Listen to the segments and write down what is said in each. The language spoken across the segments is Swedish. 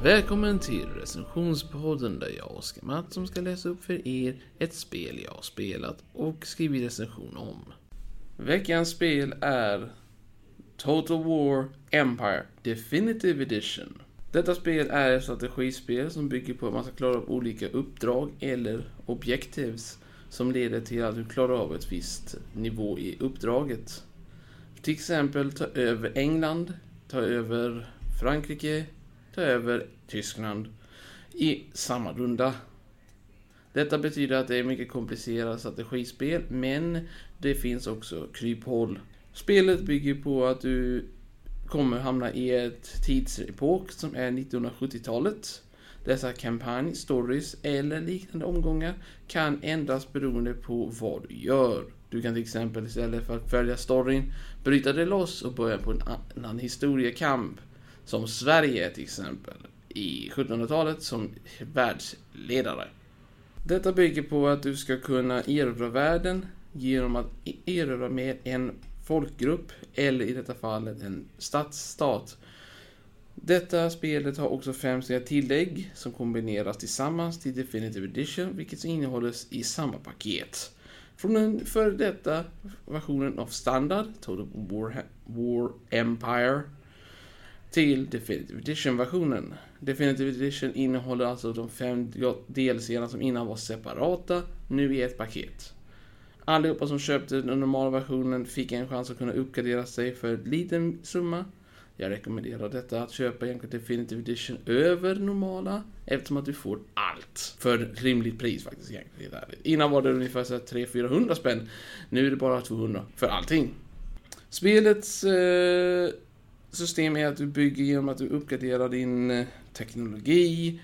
Välkommen till recensionspodden där jag, Oskar Mattsson, ska läsa upp för er ett spel jag har spelat och skrivit recension om. Veckans spel är Total War Empire Definitive Edition. Detta spel är ett strategispel som bygger på att man ska klara av olika uppdrag eller objectives som leder till att du klarar av ett visst nivå i uppdraget. Till exempel ta över England, ta över Frankrike, ta över Tyskland i samma runda. Detta betyder att det är mycket komplicerat strategispel, men det finns också kryphål. Spelet bygger på att du kommer hamna i ett tidsepok som är 1970-talet. Dessa kampanj, stories eller liknande omgångar kan ändras beroende på vad du gör. Du kan till exempel istället för att följa storyn bryta det loss och börja på en annan historiekamp. Som Sverige till exempel i 1700-talet som världsledare. Detta bygger på att du ska kunna erövra världen genom att erövra med en folkgrupp eller i detta fallet en stadsstat. Detta spelet har också 5 tillägg som kombineras tillsammans till Definitive Edition, vilket innehålls i samma paket. Från den före detta versionen av standard Total War Empire till Definitive Edition-versionen. Definitive Edition innehåller alltså de 5 delserierna som innan var separata, nu i ett paket. Allihopa som köpte den normala versionen fick en chans att kunna uppgradera sig för en liten summa. Jag rekommenderar detta att köpa egentligen Definitive Edition över normala, eftersom att du får allt för rimligt pris faktiskt egentligen. Innan var det ungefär 300-400 spänn, nu är det bara 200 för allting. Spelets system är att du bygger genom att du uppgraderar din teknologi,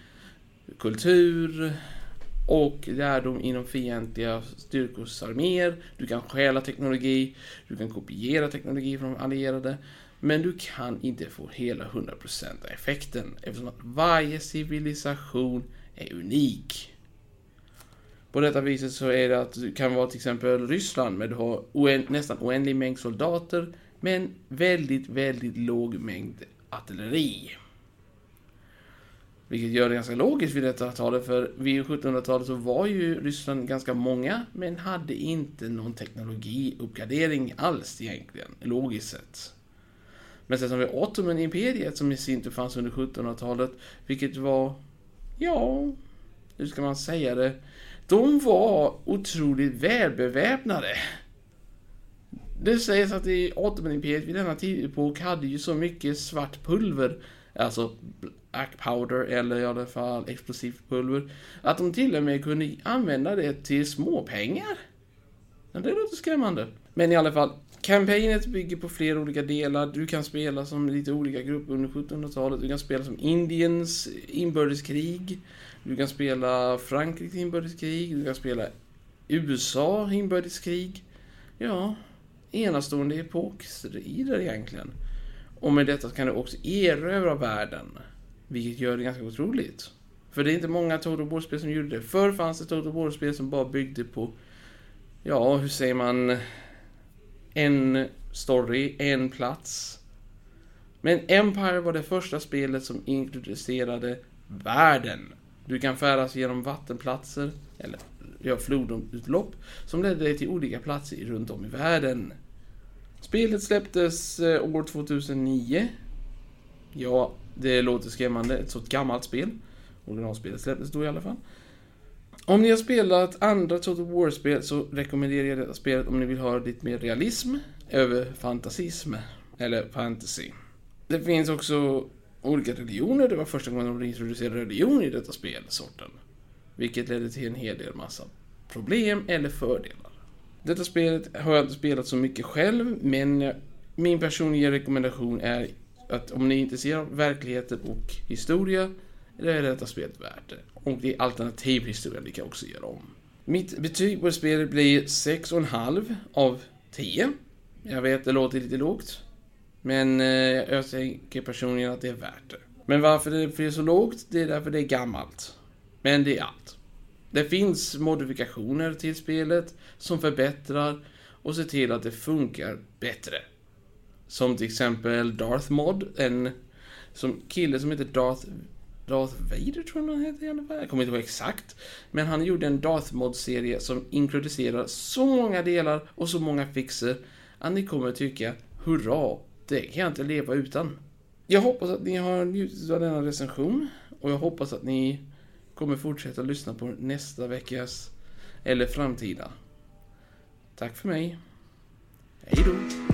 kultur och lärdom inom fientliga styrkors arméer. Du kan stjäla teknologi, du kan kopiera teknologi från allierade, men du kan inte få hela 100% av effekten eftersom att varje civilisation är unik. På detta viset så är det att du kan vara till exempel Ryssland, men du har nästan oändlig mängd soldater men väldigt låg mängd artilleri. Vilket gör det ganska logiskt vid detta talet, för vid 1700-talet så var ju Ryssland ganska många men hade inte någon teknologiuppgradering alls egentligen, logiskt sett. Men sen som vi Ottoman-imperiet som i sin tur fanns under 1700-talet, vilket var, hur ska man säga det, de var otroligt välbeväpnade. Det sägs att i Ottoman-imperiet vid denna tidepok hade ju så mycket svart pulver, alltså black powder eller i alla fall explosivt pulver, att de till och med kunde använda det till småpengar. Ja, det låter skrämmande. Men i alla fall, kampanjet bygger på flera olika delar. Du kan spela som lite olika grupper under 1700-talet. Du kan spela som Indiens inbördeskrig. Du kan spela Frankrike inbördeskrig. Du kan spela USA inbördeskrig. Ja, enastående epokstrider egentligen. Och med detta kan du också erövra världen, vilket gör det ganska otroligt. För det är inte många Total War-spel som gjorde det. Förr fanns det Total War-spel som bara byggde på, hur säger man, en story, en plats. Men Empire var det första spelet som introducerade världen. Du kan färdas genom vattenplatser eller flodutlopp som ledde dig till olika platser runt om i världen. Spelet släpptes år 2009. Ja, det låter skrämmande. Ett så gammalt spel. Originalspelet släpptes då i alla fall. Om ni har spelat andra Total War-spel så rekommenderar jag detta spelet om ni vill ha lite mer realism över fantasism eller fantasy. Det finns också olika religioner. Det var första gången de introducerade religion i detta spelsorten, vilket ledde till en hel del massa problem eller fördelar. Detta spelet har jag inte spelat så mycket själv, men min personliga rekommendation är att om ni är intresserade av verkligheten och historia, är detta spelet värt det. Och det är alternativ historia ni kan också göra om. Mitt betyg på spelet blir 6,5 av 10. Jag vet, det låter lite lågt, men jag tänker personligen att det är värt det. Men varför det är så lågt? Det är därför det är gammalt. Men det är allt. Det finns modifikationer till spelet som förbättrar och ser till att det funkar bättre. Som till exempel Darth Mod, en kille som heter Darth Darth Vader tror jag han heter i alla fall. Jag kommer inte ihåg exakt. Men han gjorde en Darth Mod-serie som inkluderar så många delar och så många fixer att ni kommer tycka, hurra, det kan jag inte leva utan. Jag hoppas att ni har njutit av denna recension. Och jag hoppas att ni kommer fortsätta lyssna på nästa veckas eller framtida. Tack för mig. Hej då.